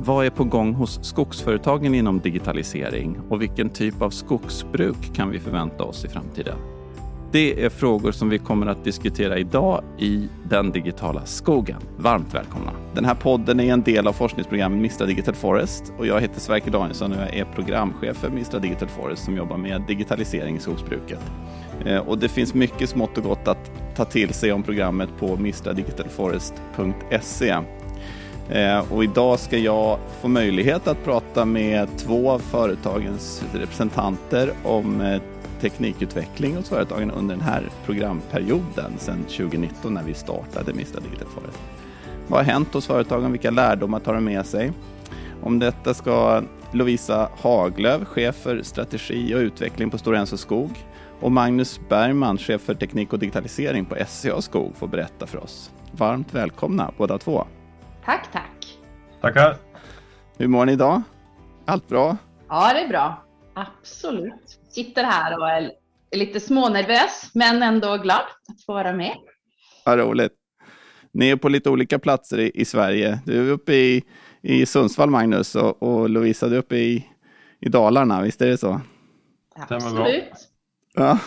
Vad är på gång hos skogsföretagen inom digitalisering och vilken typ av skogsbruk kan vi förvänta oss i framtiden? Det är frågor som vi kommer att diskutera idag i Den digitala skogen. Varmt välkomna. Den här podden är en del av forskningsprogrammet Mistra Digital Forest och jag heter Sverker Danielsson och jag är programchef för Mistra Digital Forest som jobbar med digitalisering i skogsbruket. Och det finns mycket smått och gott att ta till sig om programmet på mistradigitalforest.se. Och idag ska jag få möjlighet att prata med två av företagens representanter om teknikutveckling hos företagen under den här programperioden sedan 2019 när vi startade Mistra Digital Forest. Vad har hänt hos företagen? Vilka lärdomar tar de med sig? Om detta ska Lovisa Haglöf, chef för strategi och utveckling på Stora Enso Skog, och Magnus Bergman, chef för teknik och digitalisering på SCA Skog, får berätta för oss. Varmt välkomna båda två. Tack. Tackar. Hur mår ni idag? Allt bra? Ja, det är bra. Absolut. Sitter här och är lite smånervös, men ändå glad att få vara med. Ja, roligt. Ni är på lite olika platser i Sverige. Du är uppe i Sundsvall, Magnus, och Lovisa, du är uppe i Dalarna. Visst är det så? Absolut. Ja.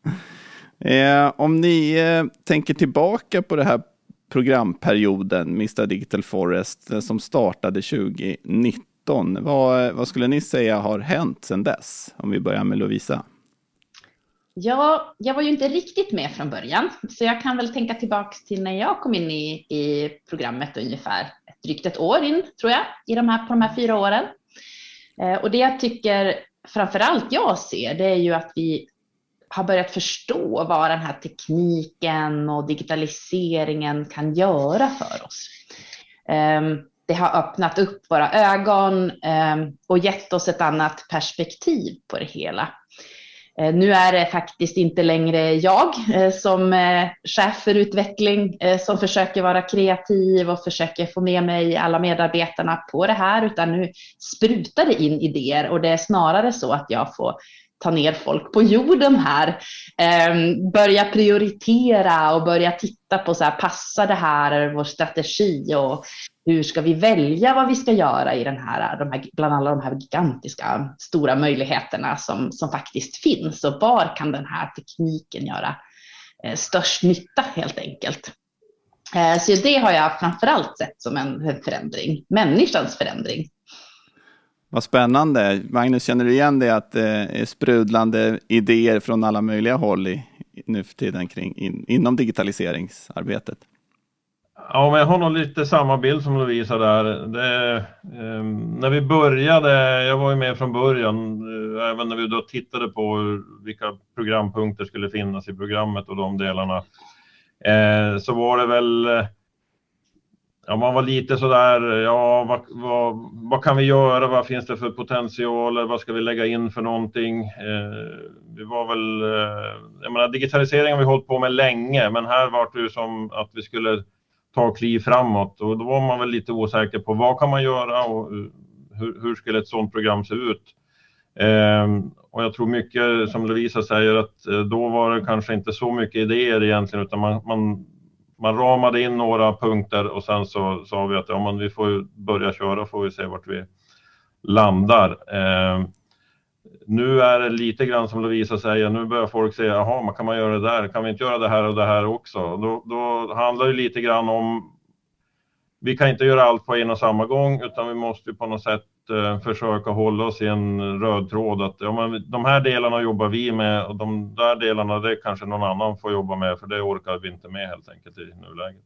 Om ni tänker tillbaka på det här programperioden Mistra Digital Forest som startade 2019. Vad skulle ni säga har hänt sedan dess? Om vi börjar med Lovisa. Ja, jag var ju inte riktigt med från början. Så jag kan väl tänka tillbaka till när jag kom in i programmet ungefär drygt ett år in, tror jag, på de här 4 åren. Och det jag tycker framförallt jag ser, det är ju att vi har börjat förstå vad den här tekniken och digitaliseringen kan göra för oss. Det har öppnat upp våra ögon och gett oss ett annat perspektiv på det hela. Nu är det faktiskt inte längre jag som chef för utveckling som försöker vara kreativ och försöker få med mig alla medarbetarna på det här, utan nu sprutar det in idéer och det är snarare så att jag får ta ner folk på jorden här, börja prioritera och börja titta på så här, passar det här vår strategi och hur ska vi välja vad vi ska göra i bland alla de här gigantiska stora möjligheterna som faktiskt finns, och var kan den här tekniken göra störst nytta helt enkelt. Så det har jag framförallt sett som en förändring, människans förändring. Vad spännande. Magnus, känner du igen det att det är sprudlande idéer från alla möjliga håll nu för tiden inom digitaliseringsarbetet? Ja, men jag har nog lite samma bild som Lovisa där. När vi började, jag var ju med från början, även när vi då tittade på vilka programpunkter skulle finnas i programmet och de delarna, så var det väl... Ja, man var lite sådär, vad kan vi göra, vad finns det för potentialer, vad ska vi lägga in för någonting. Vi var väl, jag menar, digitalisering har vi hållit på med länge, men här var det ju som att vi skulle ta kliv framåt, och då var man väl lite osäker på vad kan man göra och hur skulle ett sådant program se ut. Och jag tror mycket som Lovisa säger att då var det kanske inte så mycket idéer egentligen, utan man ramade in några punkter och sen så sa vi att vi får börja köra, får vi se vart vi landar. Nu är det lite grann som Lovisa säger, nu börjar folk säga, jaha, kan man göra det där? Kan vi inte göra det här och det här också? Då handlar det lite grann om, vi kan inte göra allt på en och samma gång, utan vi måste på något sätt försöka hålla oss i en röd tråd att de här delarna jobbar vi med och de där delarna det kanske någon annan får jobba med, för det orkar vi inte med helt enkelt i nuläget.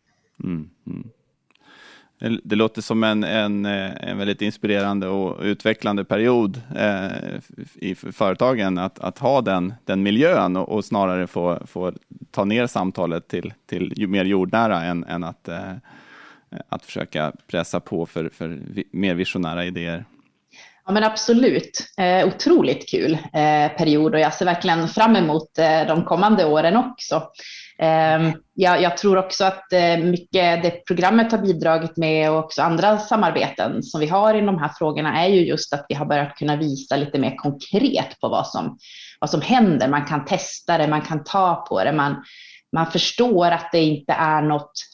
Det låter som en väldigt inspirerande och utvecklande period i företagen att ha den miljön och snarare få ta ner samtalet till mer jordnära än att försöka pressa på för mer visionära idéer. Ja, men absolut. Otroligt kul period, och jag ser verkligen fram emot de kommande åren också. Jag tror också att mycket det programmet har bidragit med, och också andra samarbeten som vi har i de här frågorna, är ju just att vi har börjat kunna visa lite mer konkret på vad som händer. Man kan testa det, man kan ta på det, man förstår att det inte är något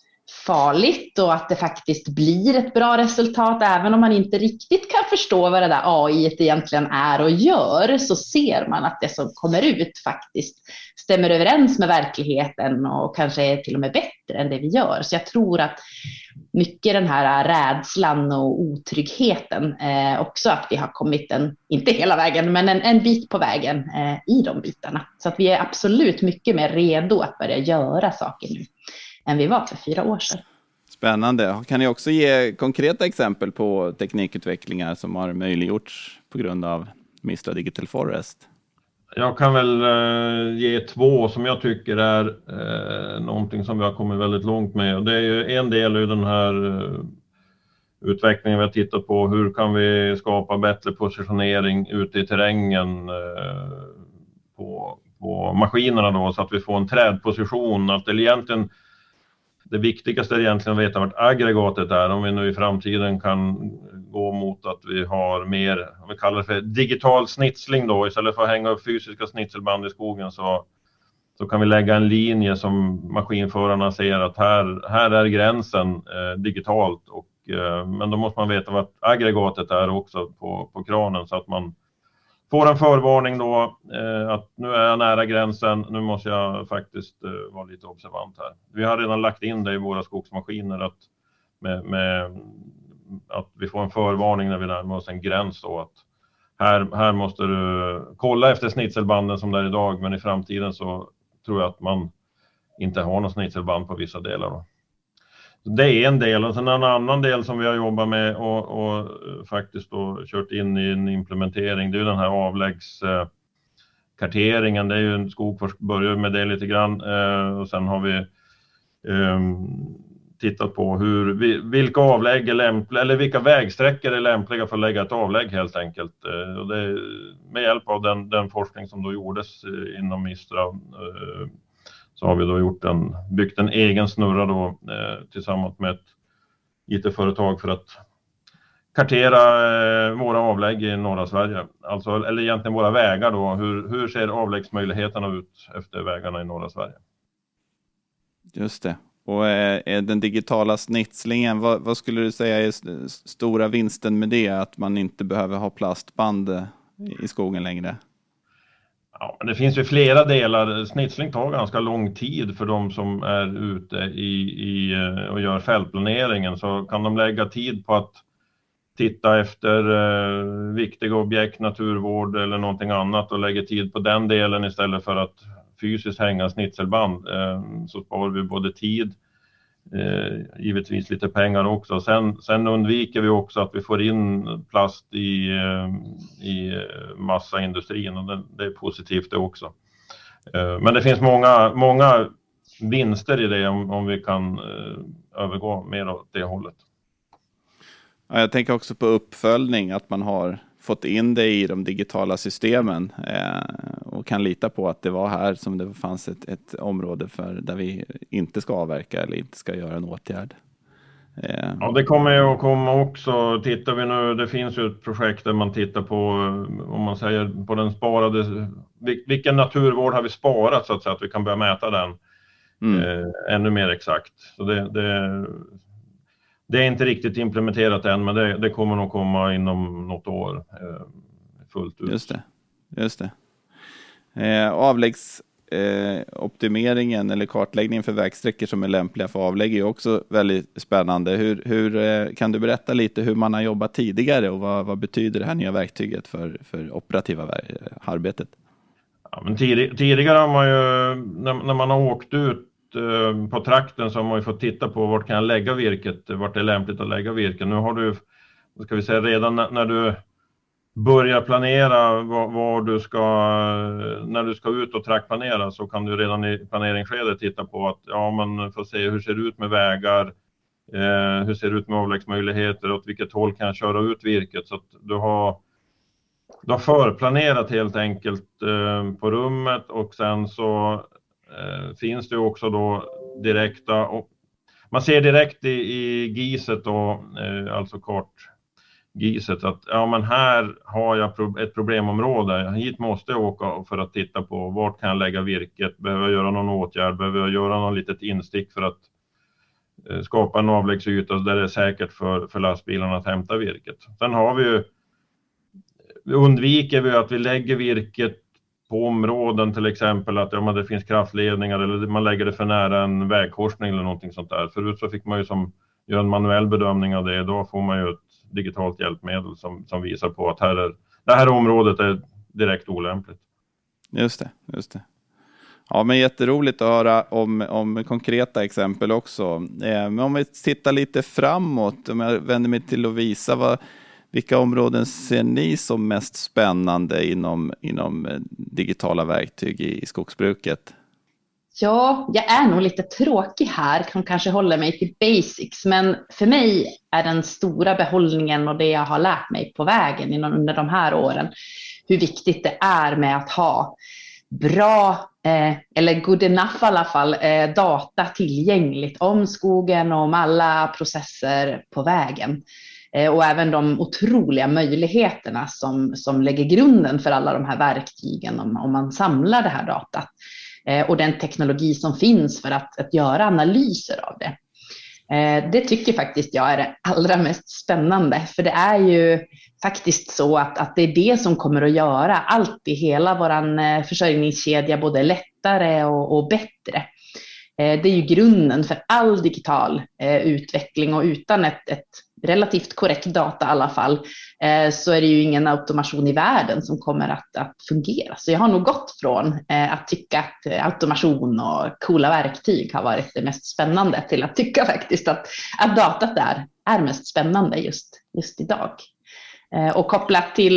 farligt och att det faktiskt blir ett bra resultat. Även om man inte riktigt kan förstå vad det där AI egentligen är och gör, så ser man att det som kommer ut faktiskt stämmer överens med verkligheten och kanske är till och med bättre än det vi gör. Så jag tror att mycket den här rädslan och otryggheten också att vi har kommit inte hela vägen, men en bit på vägen i de bitarna. Så att vi är absolut mycket mer redo att börja göra saker nu än vi var för 4 år sedan. Spännande. Kan ni också ge konkreta exempel på teknikutvecklingar som har möjliggjorts på grund av Mistra Digital Forest? Jag kan väl ge 2 som jag tycker är någonting som vi har kommit väldigt långt med. Och det är ju en del i den här utvecklingen vi har tittat på. Hur kan vi skapa bättre positionering ute i terrängen på maskinerna då, så att vi får en trädposition. Att det viktigaste är egentligen att veta vart aggregatet är. Om vi nu i framtiden kan gå mot att vi har mer, om vi kallar det för digital snitsling då, istället för att hänga upp fysiska snitselband i skogen, så kan vi lägga en linje som maskinförarna ser att här är gränsen digitalt. Men då måste man veta vart aggregatet är också på kranen, så att man får en förvarning då att nu är jag nära gränsen, nu måste jag faktiskt vara lite observant här. Vi har redan lagt in det i våra skogsmaskiner att vi får en förvarning när vi närmar oss en gräns då, att här måste du kolla efter snitselbanden som det är idag, men i framtiden så tror jag att man inte har någon snitselband på vissa delar då. Det är en del, och sen en annan del som vi har jobbat med och faktiskt då kört in i en implementering, det är ju den här avläggskarteringen. Det är ju en Skogforsk börjar med det lite grann, och sen har vi tittat på vilka avlägg är lämpliga, eller vilka vägsträckor är lämpliga för att lägga ett avlägg helt enkelt. Och det, med hjälp av den forskning som då gjordes inom Mistra, så har vi då byggt en egen snurra då, tillsammans med ett IT-företag för att kartera våra avlägg i norra Sverige. Alltså, eller egentligen våra vägar då. Hur ser avläggsmöjligheterna ut efter vägarna i norra Sverige? Just det. Och den digitala snitslingen, vad skulle du säga är stora vinsten med det? Att man inte behöver ha plastband i skogen längre? Ja, men det finns ju flera delar. Snitsling tar ganska lång tid för de som är ute och gör fältplaneringen. Så kan de lägga tid på att titta efter viktiga objekt, naturvård eller någonting annat, och lägga tid på den delen istället för att fysiskt hänga snitselband, så sparar vi både tid, givetvis lite pengar också. Sen undviker vi också att vi får in plast i massaindustrin, och det är positivt det också. Men det finns många vinster i det om vi kan övergå mer åt det hållet. Ja, jag tänker också på uppföljning, att man har fått in det i de digitala systemen och kan lita på att det var här som det fanns ett område där vi inte ska avverka eller inte ska göra en åtgärd. Ja, det kommer ju att komma också. Tittar vi nu, det finns ju ett projekt där man tittar på, om man säger på den sparade, vilken naturvård har vi sparat, så att säga, att vi kan börja mäta den ännu mer exakt. Så det är inte riktigt implementerat än, men det kommer nog komma inom något år fullt ut. Just det. Avläggsoptimeringen eller kartläggningen för vägsträckor som är lämpliga för avlägg är också väldigt spännande. Hur kan du berätta lite hur man har jobbat tidigare och vad betyder det här nya verktyget för operativa arbetet? Ja, men tidigare har man ju, när man har åkt ut på trakten, så har man ju fått titta på vart kan jag lägga virket, vart det är lämpligt att lägga virket. Nu har du, ska vi säga, redan när du börjar planera var du ska, när du ska ut och traktplanera, så kan du redan i planeringsskedet titta på att får se hur ser det ut med vägar, hur ser det ut med avläggsmöjligheter, åt vilket håll kan jag köra ut virket, så att du har förplanerat helt enkelt på rummet. Och sen så finns det också då direkta, och man ser direkt i giset då, alltså kartgiset, att men här har jag ett problemområde, hit måste jag åka för att titta på vart kan jag lägga virket, behöver jag göra någon åtgärd, behöver jag göra någon litet instick för att skapa en avläggsyta där det är säkert för lastbilarna att hämta virket. Sen har vi undviker vi att vi lägger virket på områden, till exempel att det finns kraftledningar eller man lägger det för nära en vägkorsning eller någonting sånt där. Förut så fick man ju göra en manuell bedömning av det. Idag får man ju ett digitalt hjälpmedel som visar på att det här området är direkt olämpligt. Just det. Ja, men jätteroligt att höra om konkreta exempel också. Men om vi tittar lite framåt, om jag vänder mig till att visa vilka områden ser ni som mest spännande inom digitala verktyg i skogsbruket? Ja, jag är nog lite tråkig här, kan kanske hålla mig till basics, men för mig är den stora behållningen och det jag har lärt mig på vägen under de här åren, hur viktigt det är med att ha bra, eller good enough i alla fall, data tillgängligt om skogen och om alla processer på vägen. Och även de otroliga möjligheterna som lägger grunden för alla de här verktygen om man samlar det här datat. Och den teknologi som finns för att göra analyser av det. Det tycker faktiskt jag är det allra mest spännande. För det är ju faktiskt så att det är det som kommer att göra allt i hela vår försörjningskedja både lättare och bättre. Det är ju grunden för all digital utveckling, och utan ett relativt korrekt data i alla fall så är det ju ingen automation i världen som kommer att fungera. Så jag har nog gått från att tycka att automation och coola verktyg har varit det mest spännande till att tycka faktiskt att datat där är mest spännande just idag. Och kopplat till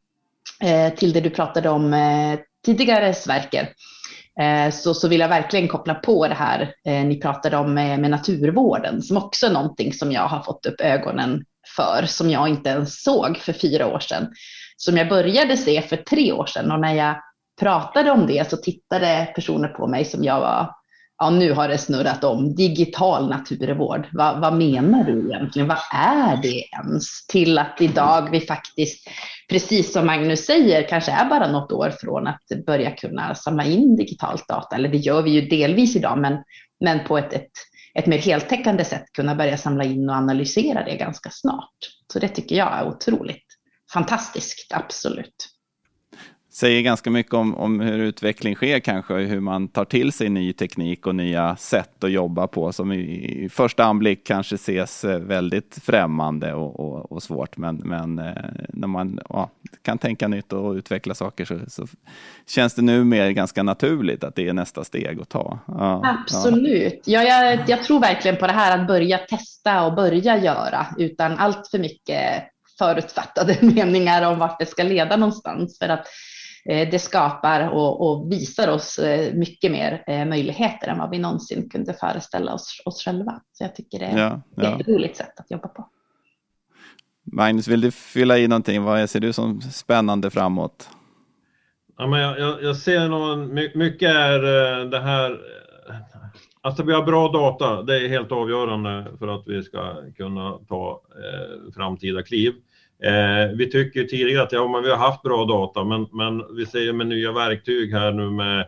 det du pratade om tidigare, Sverker, så vill jag verkligen koppla på det här ni pratade om med naturvården, som också är någonting som jag har fått upp ögonen för, som jag inte ens såg för 4 år sedan, som jag började se för 3 år sedan. Och när jag pratade om det så tittade personer på mig som jag var, nu har det snurrat om, digital naturvård. Vad menar du egentligen? Vad är det ens? Till att idag vi faktiskt, precis som Magnus säger, kanske är bara något år från att börja kunna samla in digitalt data. Eller det gör vi ju delvis idag, men på ett mer heltäckande sätt kunna börja samla in och analysera det ganska snart. Så det tycker jag är otroligt fantastiskt, absolut. Säger ganska mycket om hur utveckling sker kanske, hur man tar till sig ny teknik och nya sätt att jobba på som i första anblick kanske ses väldigt främmande och svårt, men när man kan tänka nytt och utveckla saker så känns det nu mer ganska naturligt att det är nästa steg att ta. Absolut. Ja, jag tror verkligen på det här att börja testa och börja göra utan allt för mycket förutfattade meningar om vart det ska leda någonstans, för att det skapar och visar oss mycket mer möjligheter än vad vi någonsin kunde föreställa oss själva. Så jag tycker det är ett roligt sätt att jobba på. Magnus, vill du fylla i någonting? Vad ser du som spännande framåt? Ja, men jag ser mycket är det här, alltså vi har bra data, det är helt avgörande för att vi ska kunna ta framtida kliv. Vi tycker tidigare att men vi har haft bra data, men vi ser med nya verktyg här nu med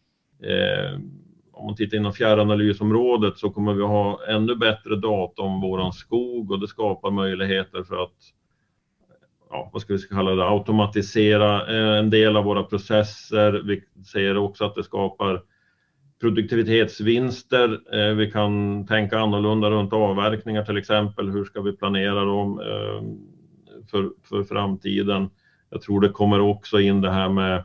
om man tittar inom fjärranalysområdet så kommer vi ha ännu bättre data om våran skog, och det skapar möjligheter för att vad ska vi kalla det, automatisera en del av våra processer. Vi ser också att det skapar produktivitetsvinster. Vi kan tänka annorlunda runt avverkningar till exempel. Hur ska vi planera dem för framtiden? Jag tror det kommer också in det här med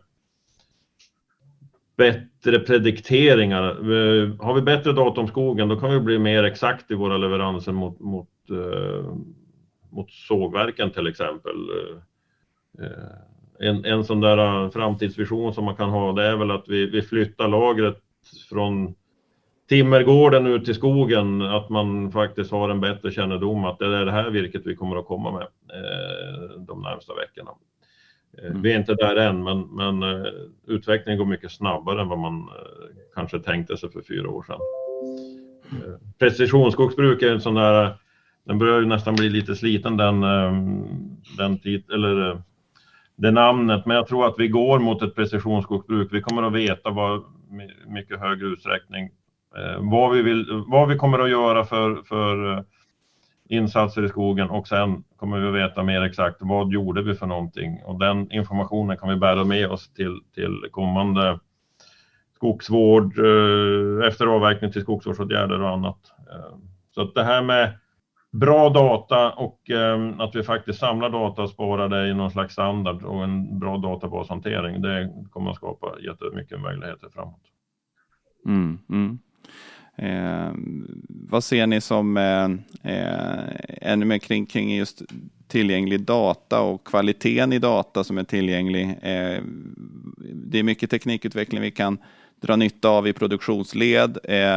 bättre predikteringar. Har vi bättre data om skogen, då kan vi bli mer exakt i våra leveranser mot sågverken till exempel. En sån där framtidsvision som man kan ha, det är väl att vi flyttar lagret från timmergården ut till skogen, att man faktiskt har en bättre kännedom att det är det här virket vi kommer att komma med de närmsta veckorna. Vi är inte där än, men utvecklingen går mycket snabbare än vad man kanske tänkte sig för 4 år sedan. Precisionsskogsbruk är en sån där, den börjar ju nästan bli lite sliten det namnet, men jag tror att vi går mot ett precisionsskogsbruk. Vi kommer att veta vad mycket högre utsträckning vad vi kommer att göra för insatser i skogen, och sen kommer vi veta mer exakt vad gjorde vi för någonting, och den informationen kan vi bära med oss till kommande skogsvård, efter avverkning till skogsvårdsåtgärder och annat. Så att det här med bra data och att vi faktiskt samlar data och sparar det i någon slags standard och en bra databashantering, det kommer att skapa jättemycket möjligheter framåt. Vad ser ni som ännu mer kring just tillgänglig data och kvaliteten i data som är tillgänglig? Det är mycket teknikutveckling vi kan dra nytta av i produktionsled.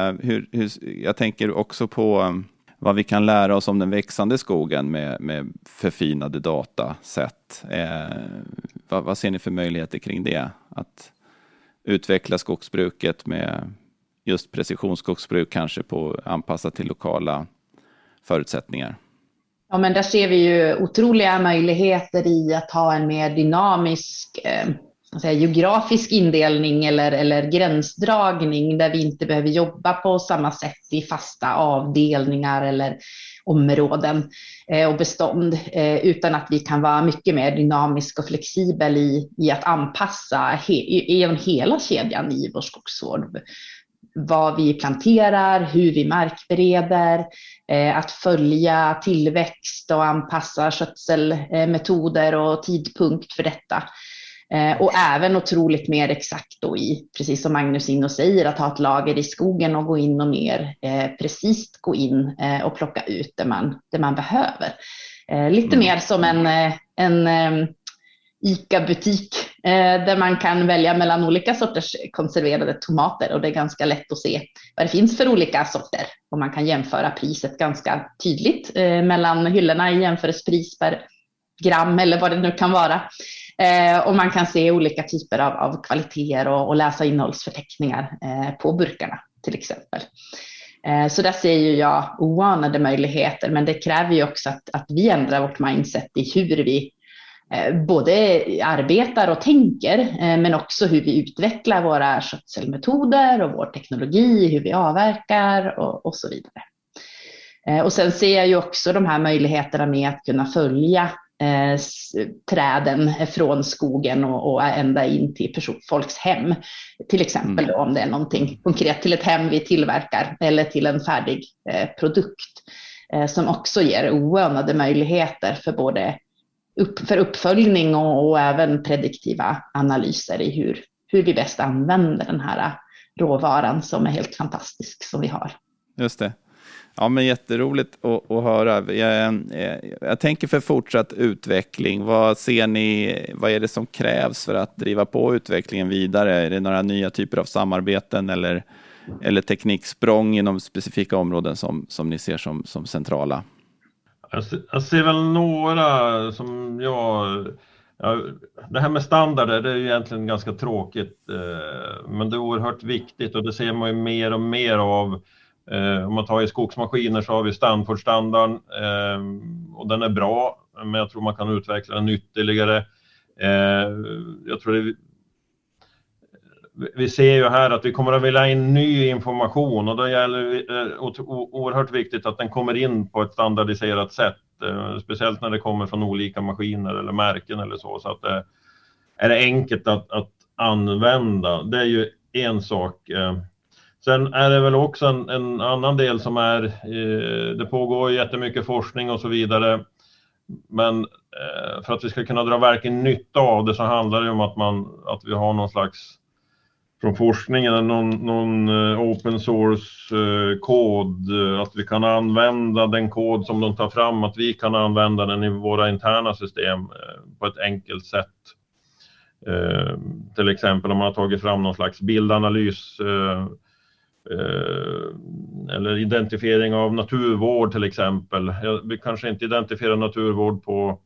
Jag tänker också på vad vi kan lära oss om den växande skogen med förfinade datasätt. Vad ser ni för möjligheter kring det? Att utveckla skogsbruket med just precisionsskogsbruk, kanske anpassat till lokala förutsättningar. Ja, men där ser vi ju otroliga möjligheter i att ha en mer dynamisk geografisk indelning eller gränsdragning, där vi inte behöver jobba på samma sätt i fasta avdelningar eller områden och bestånd, utan att vi kan vara mycket mer dynamisk och flexibel i att anpassa genom hela kedjan i vår skogsvård. Vad vi planterar, hur vi markbereder, att följa tillväxt och anpassa skötselmetoder och tidpunkt för detta. Och även otroligt mer exakt då precis som Magnus in och säger, att ha ett lager i skogen och gå in och mer precis gå in och plocka ut det man behöver. Lite mer som en ICA-butik där man kan välja mellan olika sorters konserverade tomater, och det är ganska lätt att se vad det finns för olika sorter, och man kan jämföra priset ganska tydligt mellan hyllorna i jämförelsepris per gram eller vad det nu kan vara. Och man kan se olika typer av kvaliteter och läsa innehållsförteckningar på burkarna till exempel. Så där ser ju jag oanade möjligheter, men det kräver ju också att vi ändrar vårt mindset i hur vi både arbetar och tänker, men också hur vi utvecklar våra skötselmetoder och vår teknologi, hur vi avverkar och så vidare. Och sen ser jag ju också de här möjligheterna med att kunna följa träden från skogen och ända in till folks hem. Till exempel då, om det är någonting konkret till ett hem vi tillverkar eller till en färdig produkt som också ger oanade möjligheter för både för uppföljning och även prediktiva analyser i hur vi bäst använder den här råvaran som är helt fantastisk som vi har. Just det. Ja, men jätteroligt att höra. Jag tänker för fortsatt utveckling. Vad ser ni, vad är det som krävs för att driva på utvecklingen vidare? Är det några nya typer av samarbeten eller tekniksprång inom specifika områden som ni ser som centrala? Jag ser väl några som det här med standarder, det är ju egentligen ganska tråkigt, men det är oerhört viktigt, och det ser man ju mer och mer av. Om man tar i skogsmaskiner så har vi Stanford-standarden, och den är bra, men jag tror man kan utveckla den ytterligare. Jag tror vi ser ju här att vi kommer att vilja ha in ny information, och då gäller det oerhört viktigt att den kommer in på ett standardiserat sätt, speciellt när det kommer från olika maskiner eller märken eller så att det är enkelt att använda. Det är ju en sak. Sen är det väl också en annan del som det pågår jättemycket forskning och så vidare, men för att vi ska kunna dra verkligen nytta av det så handlar det om att vi har någon slags, från forskningen, någon open source kod, att vi kan använda den kod som de tar fram, att vi kan använda den i våra interna system på ett enkelt sätt. Till exempel om man har tagit fram någon slags bildanalys eller identifiering av naturvård till exempel. Vi kanske inte identifierar naturvård på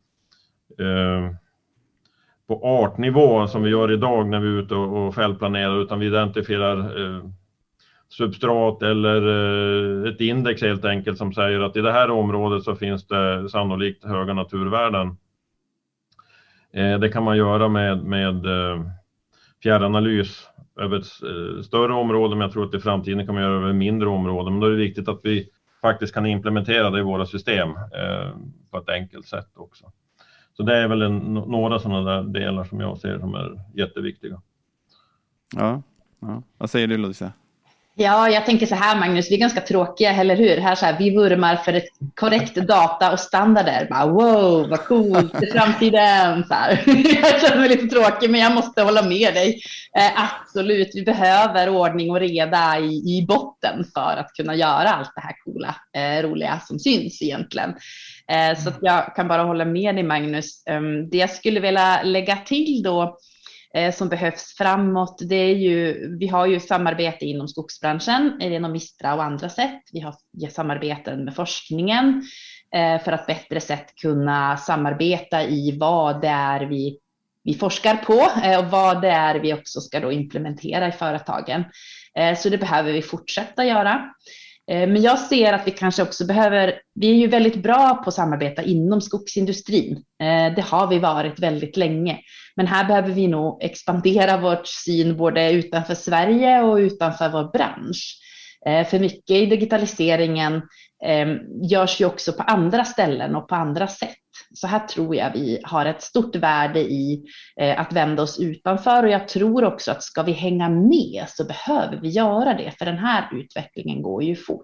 artnivå som vi gör idag när vi är ute och fältplanerar, utan vi identifierar substrat eller ett index helt enkelt som säger att i det här området så finns det sannolikt höga naturvärden. Det kan man göra med fjärranalys över ett större område, men jag tror att i framtiden kan man göra över mindre områden. Men då är det viktigt att vi faktiskt kan implementera det i våra system på ett enkelt sätt också. Så det är väl några sådana där delar som jag ser som är jätteviktiga. Ja. Vad säger du, Lovisa? Ja, jag tänker så här, Magnus, vi är ganska tråkiga, eller hur? Här så här, vi vurmar för ett korrekt data och standarder. Bara, wow, vad coolt i framtiden. Så här. Jag känner mig lite tråkig, men jag måste hålla med dig. Absolut, vi behöver ordning och reda i botten för att kunna göra allt det här coola, roliga som syns egentligen. Så att jag kan bara hålla med dig, Magnus. Det jag skulle vilja lägga till då, som behövs framåt, det är ju, vi har ju samarbete inom skogsbranschen genom Mistra och andra sätt. Vi har samarbeten med forskningen för att bättre sätt kunna samarbeta i vad det är vi forskar på och vad det är vi också ska då implementera i företagen. Så det behöver vi fortsätta göra. Men jag ser att vi kanske också vi är ju väldigt bra på att samarbeta inom skogsindustrin. Det har vi varit väldigt länge. Men här behöver vi nog expandera vårt syn både utanför Sverige och utanför vår bransch. För mycket i digitaliseringen görs ju också på andra ställen och på andra sätt. Så här tror jag vi har ett stort värde i att vända oss utanför, och jag tror också att ska vi hänga med så behöver vi göra det, för den här utvecklingen går ju fort.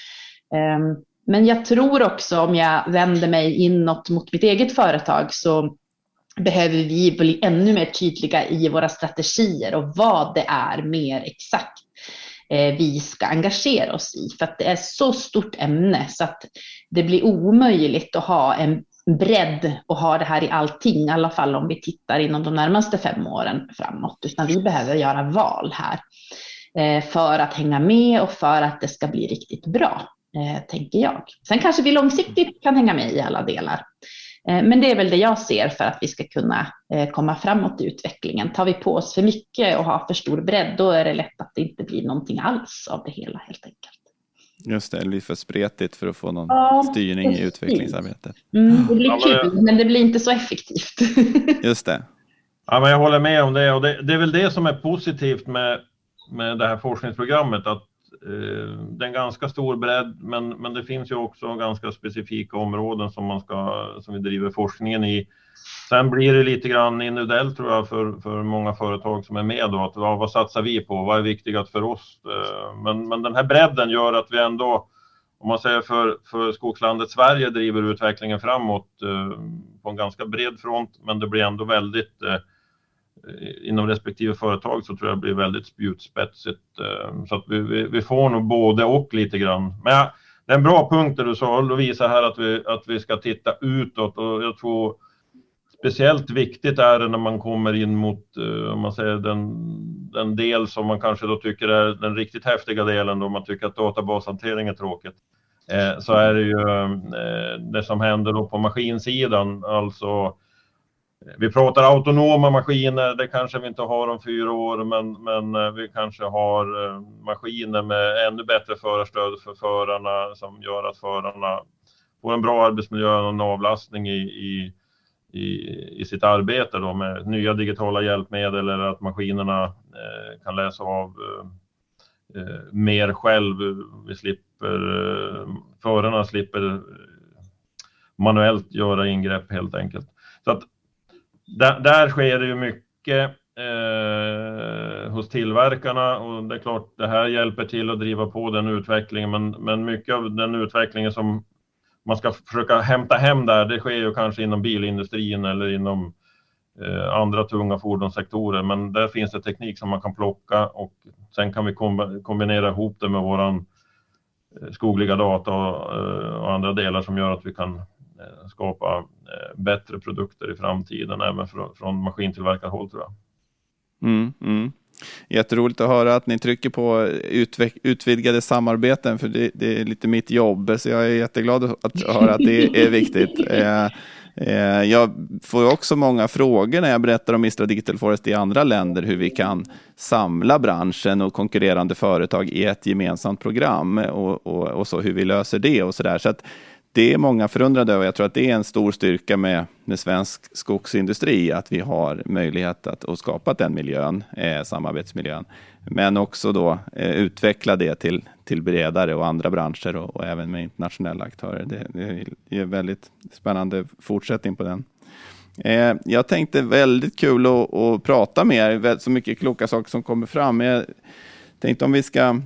Men jag tror också, om jag vänder mig inåt mot mitt eget företag, så behöver vi bli ännu mer tydliga i våra strategier och vad det är mer exakt vi ska engagera oss i, för att det är så stort ämne så att det blir omöjligt att ha en bredd och ha det här i allting, i alla fall om vi tittar inom de närmaste 5 åren framåt, utan vi behöver göra val här för att hänga med och för att det ska bli riktigt bra, tänker jag. Sen kanske vi långsiktigt kan hänga med i alla delar. Men det är väl det jag ser för att vi ska kunna komma framåt i utvecklingen. Tar vi på oss för mycket och har för stor bredd, då är det lätt att det inte blir någonting alls av det hela, helt enkelt. Just det, det blir för spretigt för att få någon styrning i utvecklingsarbetet. Det blir kul, men det blir inte så effektivt. Just det. Ja, men jag håller med om det, och det är väl det som är positivt med det här forskningsprogrammet, att det är en ganska stor bredd, men det finns ju också ganska specifika områden som vi driver forskningen i. Sen blir det lite grann individuellt, tror jag, för många företag som är med då, att vad satsar vi på, vad är viktigt för oss. Men den här bredden gör att vi ändå, om man säger för skogslandet Sverige, driver utvecklingen framåt på en ganska bred front, men det blir ändå väldigt inom respektive företag, så tror jag det blir väldigt spjutspetsigt, så att vi får nog både och lite grann. Men det är en bra punkt där du sa, Lovisa, här att vi ska titta utåt, och jag tror speciellt viktigt är det när man kommer in mot, om man säger den del som man kanske då tycker är den riktigt häftiga delen, då man tycker att databashantering är tråkigt, så är det ju det som händer då på maskinsidan. Alltså, vi pratar autonoma maskiner, det kanske vi inte har om 4 år, men vi kanske har maskiner med ännu bättre förarstöd för förarna, som gör att förarna får en bra arbetsmiljö och en avlastning i sitt arbete då, med nya digitala hjälpmedel, eller att maskinerna kan läsa av mer själv. Förarna slipper manuellt göra ingrepp, helt enkelt. Så att där sker det ju mycket hos tillverkarna, och det är klart det här hjälper till att driva på den utvecklingen, men mycket av den utvecklingen som man ska försöka hämta hem där, det sker ju kanske inom bilindustrin eller inom andra tunga fordonssektorer, men där finns det teknik som man kan plocka, och sen kan vi kombinera ihop det med våran skogliga data och andra delar som gör att vi kan skapa bättre produkter i framtiden, även från maskintillverkarhåll, tror jag. Jätteroligt att höra att ni trycker på utvidgade samarbeten, för det är lite mitt jobb, så jag är jätteglad att höra att det är viktigt. Jag får också många frågor när jag berättar om Mistra Digital Forest i andra länder, hur vi kan samla branschen och konkurrerande företag i ett gemensamt program, och så hur vi löser det och sådär. Så att det är många förundrade över. Jag tror att det är en stor styrka med svensk skogsindustri, att vi har möjlighet att skapa den miljön, samarbetsmiljön. Men också då utveckla det till bredare och andra branscher och även med internationella aktörer. Det är väldigt spännande fortsättning på den. Jag tänkte väldigt kul att prata med er, så mycket kloka saker som kommer fram. Jag tänkte om vi ska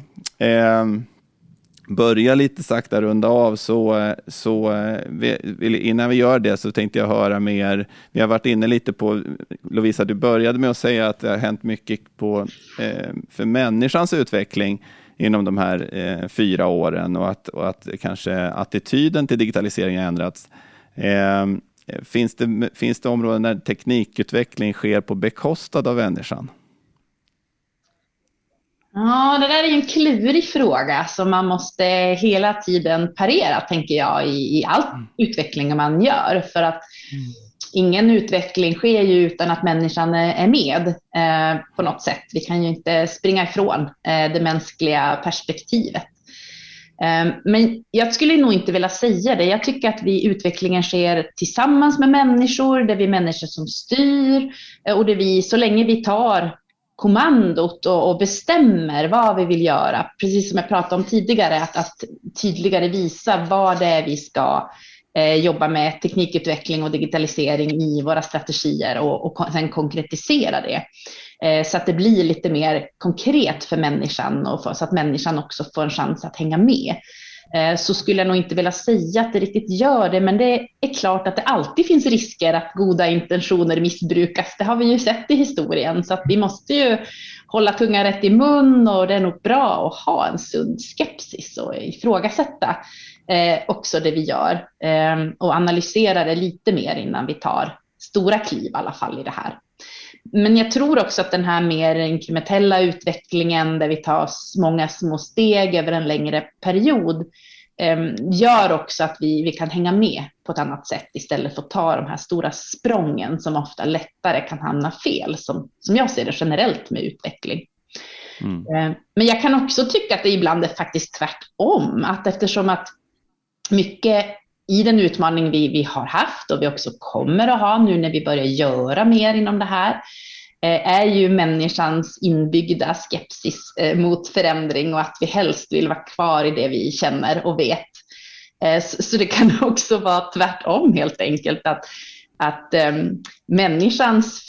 börja lite sakta runda av, så innan vi gör det så tänkte jag höra med er. Vi har varit inne lite på, Lovisa, du började med att säga att det har hänt mycket för människans utveckling inom de här 4 åren och att kanske attityden till digitalisering har ändrats. Finns det områden där teknikutveckling sker på bekostnad av människan? Ja, det där är ju en klurig fråga som man måste hela tiden parera, tänker jag, i all utveckling man gör. För att ingen utveckling sker ju utan att människan är med på något sätt. Vi kan ju inte springa ifrån det mänskliga perspektivet. Men jag skulle nog inte vilja säga det. Jag tycker att utvecklingen sker tillsammans med människor, det är vi människor som styr, och det är vi, så länge vi tar kommandot och bestämmer vad vi vill göra, precis som jag pratade om tidigare, att tydligare visa vad det är vi ska jobba med, teknikutveckling och digitalisering i våra strategier och sen konkretisera det. Så att det blir lite mer konkret för människan och så att människan också får en chans att hänga med. Så skulle jag nog inte vilja säga att det riktigt gör det, men det är klart att det alltid finns risker att goda intentioner missbrukas. Det har vi ju sett i historien, så att vi måste ju hålla tungan rätt i mun, och det är nog bra att ha en sund skepsis och ifrågasätta också det vi gör och analysera det lite mer innan vi tar stora kliv i alla fall i det här. Men jag tror också att den här mer inkrementella utvecklingen där vi tar många små steg över en längre period gör också att vi kan hänga med på ett annat sätt istället för att ta de här stora sprången som ofta lättare kan hamna fel, som jag ser det generellt med utveckling. Men jag kan också tycka att det ibland är faktiskt tvärtom, att eftersom att mycket i den utmaning vi har haft och vi också kommer att ha nu när vi börjar göra mer inom det här är ju människans inbyggda skepsis mot förändring och att vi helst vill vara kvar i det vi känner och vet. Så det kan också vara tvärtom helt enkelt, att människans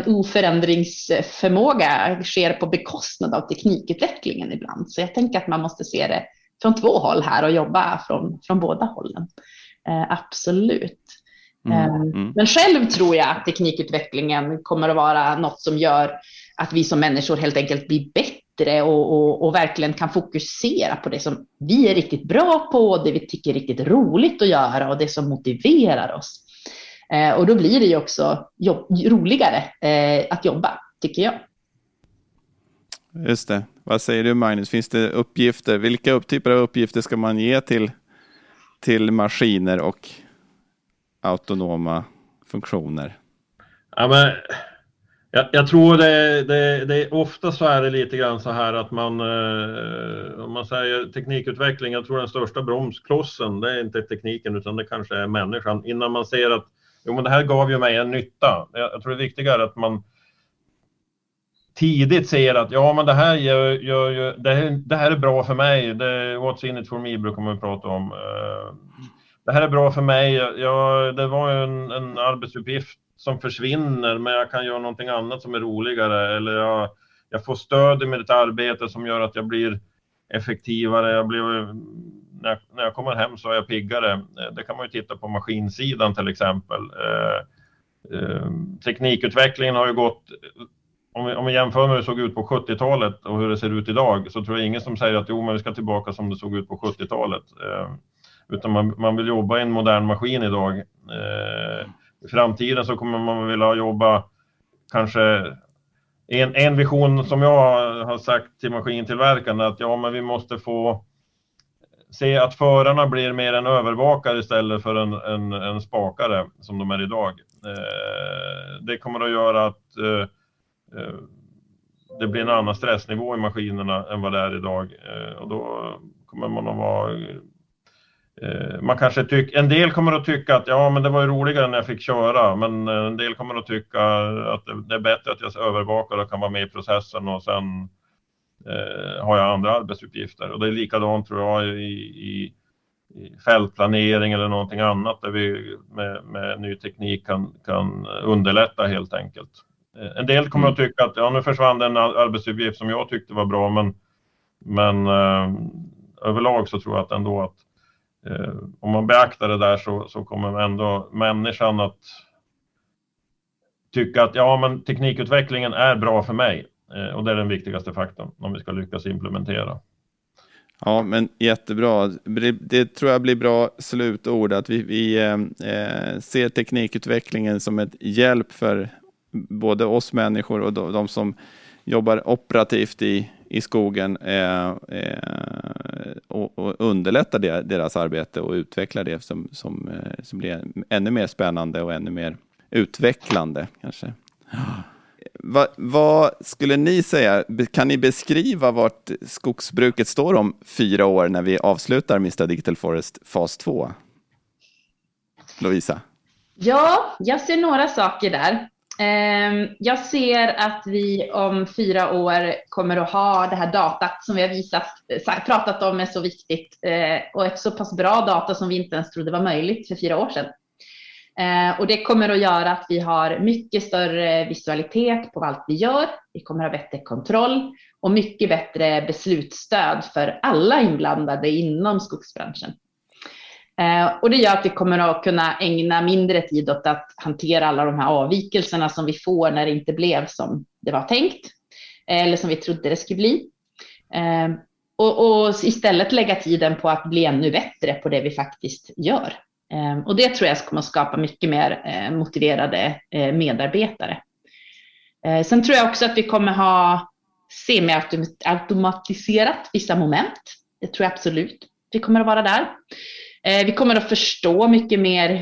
oförändringsförmåga sker på bekostnad av teknikutvecklingen ibland. Så jag tänker att man måste se det från 2 håll här och jobba från båda hållen. Absolut. Men själv tror jag att teknikutvecklingen kommer att vara något som gör att vi som människor helt enkelt blir bättre och verkligen kan fokusera på det som vi är riktigt bra på, det vi tycker är riktigt roligt att göra och det som motiverar oss. Och då blir det ju också roligare att jobba, tycker jag. Just det. Vad säger du, Magnus? Finns det uppgifter? Vilka typer av uppgifter ska man ge till maskiner och autonoma funktioner? Ja, men jag tror det ofta så är det lite grann så här att man, om man säger teknikutveckling, jag tror den största bromsklossen, det är inte tekniken utan det kanske är människan. Innan man ser att men det här gav ju mig en nytta. Jag tror det är viktigare att man tidigt ser att men det här det här är bra för mig. What's in it for me brukar man prata om. Det här är bra för mig. Det var ju en arbetsuppgift som försvinner, men jag kan göra någonting annat som är roligare. Eller jag får stöd i mitt arbete som gör att jag blir effektivare. När jag kommer hem så är jag piggare. Det kan man ju titta på maskinsidan till exempel. Teknikutvecklingen har ju gått... Om vi jämför med hur det såg ut på 70-talet och hur det ser ut idag, så tror jag ingen som säger att men vi ska tillbaka som det såg ut på 70-talet. Utan man vill jobba i en modern maskin idag. I framtiden så kommer man vilja jobba kanske... En vision som jag har sagt till maskintillverkarna att men vi måste få se att förarna blir mer en övervakare istället för en spakare som de är idag. Det kommer att göra att det blir en annan stressnivå i maskinerna än vad det är idag. Och då kommer man att vara man kanske en del kommer att tycka att ja, men det var ju roligare när jag fick köra, men en del kommer att tycka att det är bättre att jag övervakar och kan vara med i processen och sen har jag andra arbetsuppgifter. Och det är likadant tror jag i fältplanering eller någonting annat där vi med ny teknik kan underlätta helt enkelt. En del kommer att tycka att ja, nu försvann en arbetsuppgift som jag tyckte var bra, men överlag så tror jag att ändå att om man beaktar det där så kommer ändå människan att tycka att ja, men teknikutvecklingen är bra för mig. Och det är den viktigaste faktorn om vi ska lyckas implementera. Ja, men jättebra. Det tror jag blir bra slutord, att vi ser teknikutvecklingen som ett hjälp för både oss människor och de som jobbar operativt i skogen och underlättar deras arbete och utvecklar det som blir ännu mer spännande och ännu mer utvecklande kanske. Vad skulle ni säga? Kan ni beskriva vart skogsbruket står om 4 år när vi avslutar Mr. Digital Forest fas 2? Lovisa? Ja, jag ser några saker där. Jag ser att vi om 4 år kommer att ha det här datat som vi har pratat om är så viktigt och ett så pass bra data som vi inte ens trodde var möjligt för 4 år sedan. Och det kommer att göra att vi har mycket större visualitet på allt vi gör. Vi kommer att ha bättre kontroll och mycket bättre beslutsstöd för alla inblandade inom skogsbranschen. Och det gör att vi kommer att kunna ägna mindre tid åt att hantera alla de här avvikelserna som vi får när det inte blev som det var tänkt eller som vi trodde det skulle bli. Och istället lägga tiden på att bli ännu bättre på det vi faktiskt gör. Och det tror jag kommer att skapa mycket mer motiverade medarbetare. Sen tror jag också att vi kommer ha semi-automatiserat vissa moment. Det tror jag absolut. Vi kommer att vara där. Vi kommer att förstå mycket mer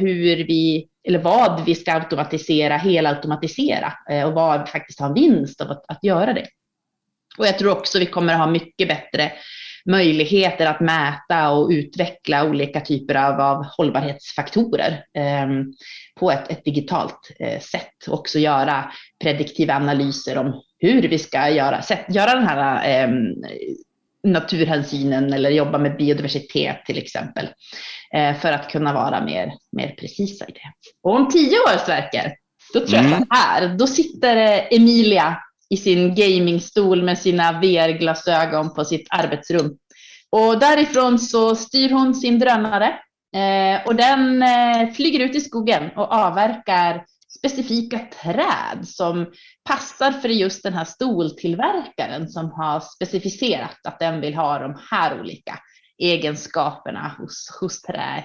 vad vi ska automatisera, helautomatisera och vad faktiskt har vinst av att göra det. Och jag tror också vi kommer att ha mycket bättre möjligheter att mäta och utveckla olika typer av hållbarhetsfaktorer på ett digitalt sätt. Också göra prediktiva analyser om hur vi ska göra den här naturhänsynen eller jobba med biodiversitet till exempel. För att kunna vara mer precisa i det. Och om 10 år, Sverker, då tror jag så här. Då sitter Emilia i sin gamingstol med sina VR-glasögon på sitt arbetsrum. Och därifrån så styr hon sin drönare och den flyger ut i skogen och avverkar specifika träd som passar för just den här stoltillverkaren som har specificerat att den vill ha de här olika egenskaperna hos träet.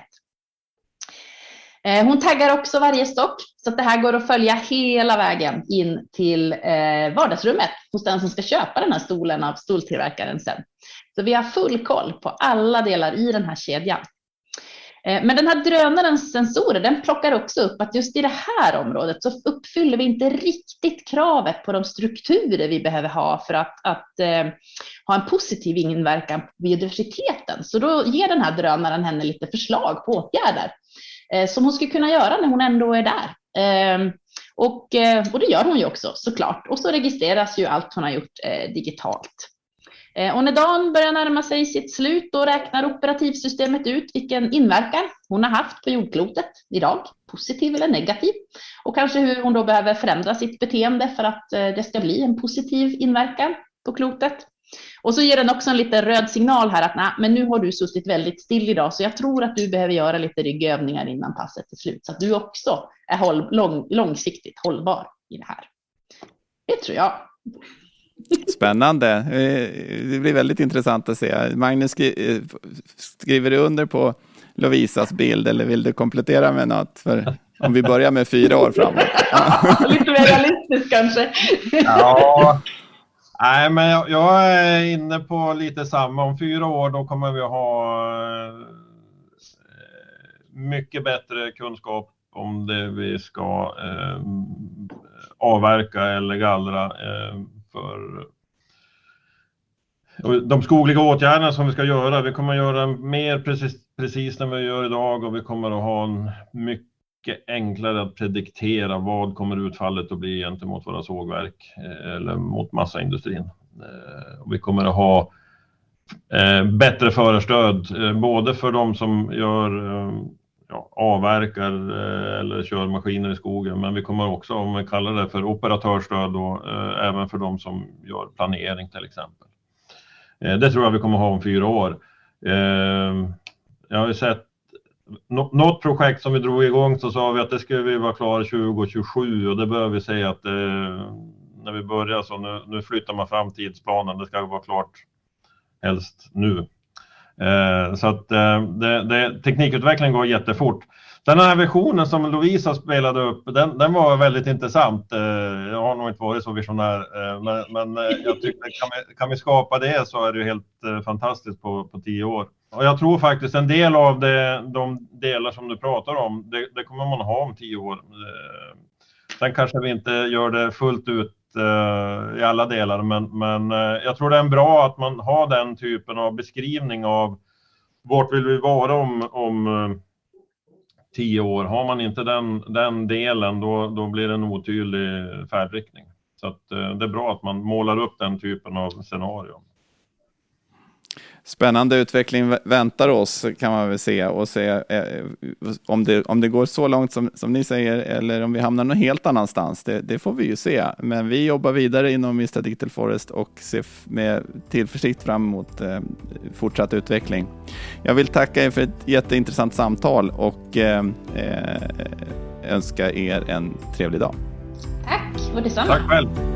Hon taggar också varje stock så att det här går att följa hela vägen in till vardagsrummet hos den som ska köpa den här stolen av stoltillverkaren sen. Så vi har full koll på alla delar i den här kedjan. Men den här drönarens sensorer, den plockar också upp att just i det här området så uppfyller vi inte riktigt kravet på de strukturer vi behöver ha för att ha en positiv inverkan på biodiversiteten. Så då ger den här drönaren henne lite förslag på åtgärder som hon skulle kunna göra när hon ändå är där. Och det gör hon ju också såklart. Och så registreras ju allt hon har gjort digitalt. Och när dagen börjar närma sig sitt slut då räknar operativsystemet ut vilken inverkan hon har haft på jordklotet idag, positiv eller negativ. Och kanske hur hon då behöver förändra sitt beteende för att det ska bli en positiv inverkan på klotet. Och så ger den också en lite röd signal här att men nu har du suttit väldigt still idag så jag tror att du behöver göra lite ryggövningar innan passet är slut. Så att du också är långsiktigt hållbar i det här. Det tror jag. Spännande. Det blir väldigt intressant att se. Magnus, skriver du under på Lovisas bild eller vill du komplettera med något? För om vi börjar med 4 år framåt. Lite mer realistiskt kanske. Ja. Nej, men jag är inne på lite samma. Om 4 år då kommer vi ha mycket bättre kunskap om det vi ska avverka eller gallra för Och de skogliga åtgärderna som vi ska göra, vi kommer att göra mer precis än vi gör idag, och vi kommer att ha en mycket enklare att prediktera vad kommer utfallet att bli gentemot våra sågverk eller mot massaindustrin. Och vi kommer att ha bättre förstöd både för de som avverkar eller kör maskiner i skogen, men vi kommer också, om vi kallar det för operatörstöd, då, även för de som gör planering till exempel. Det tror jag vi kommer ha om 4 år. Jag har ju sett något projekt som vi drog igång, så sa vi att det skulle vi vara klara 2027, och det bör vi säga att när vi börjar så nu flyttar man fram tidsplanen, det ska vara klart helst nu. Så att teknikutvecklingen går jättefort. Den här versionen som Lovisa spelade upp, den var väldigt intressant. Jag har nog inte varit så visionär, men jag tycker kan vi skapa det, så är det ju helt fantastiskt på 10 år. Och jag tror faktiskt en del av de delar som du pratar om, det kommer man ha om 10 år. Sen kanske vi inte gör det fullt ut i alla delar, men jag tror det är bra att man har den typen av beskrivning av vart vill vi vara om 10 år. Har man inte den delen, då blir det en otydlig färdriktning. Så att det är bra att man målar upp den typen av scenario. Spännande utveckling väntar oss, kan man väl se, och se om det går så långt som ni säger, eller om vi hamnar någon helt annanstans. Det får vi ju se. Men vi jobbar vidare inom Mr. Digital Forest och ser med tillförsikt fram emot fortsatt utveckling. Jag vill tacka er för ett jätteintressant samtal och önska er en trevlig dag. Tack, och detsamma. Tack själv.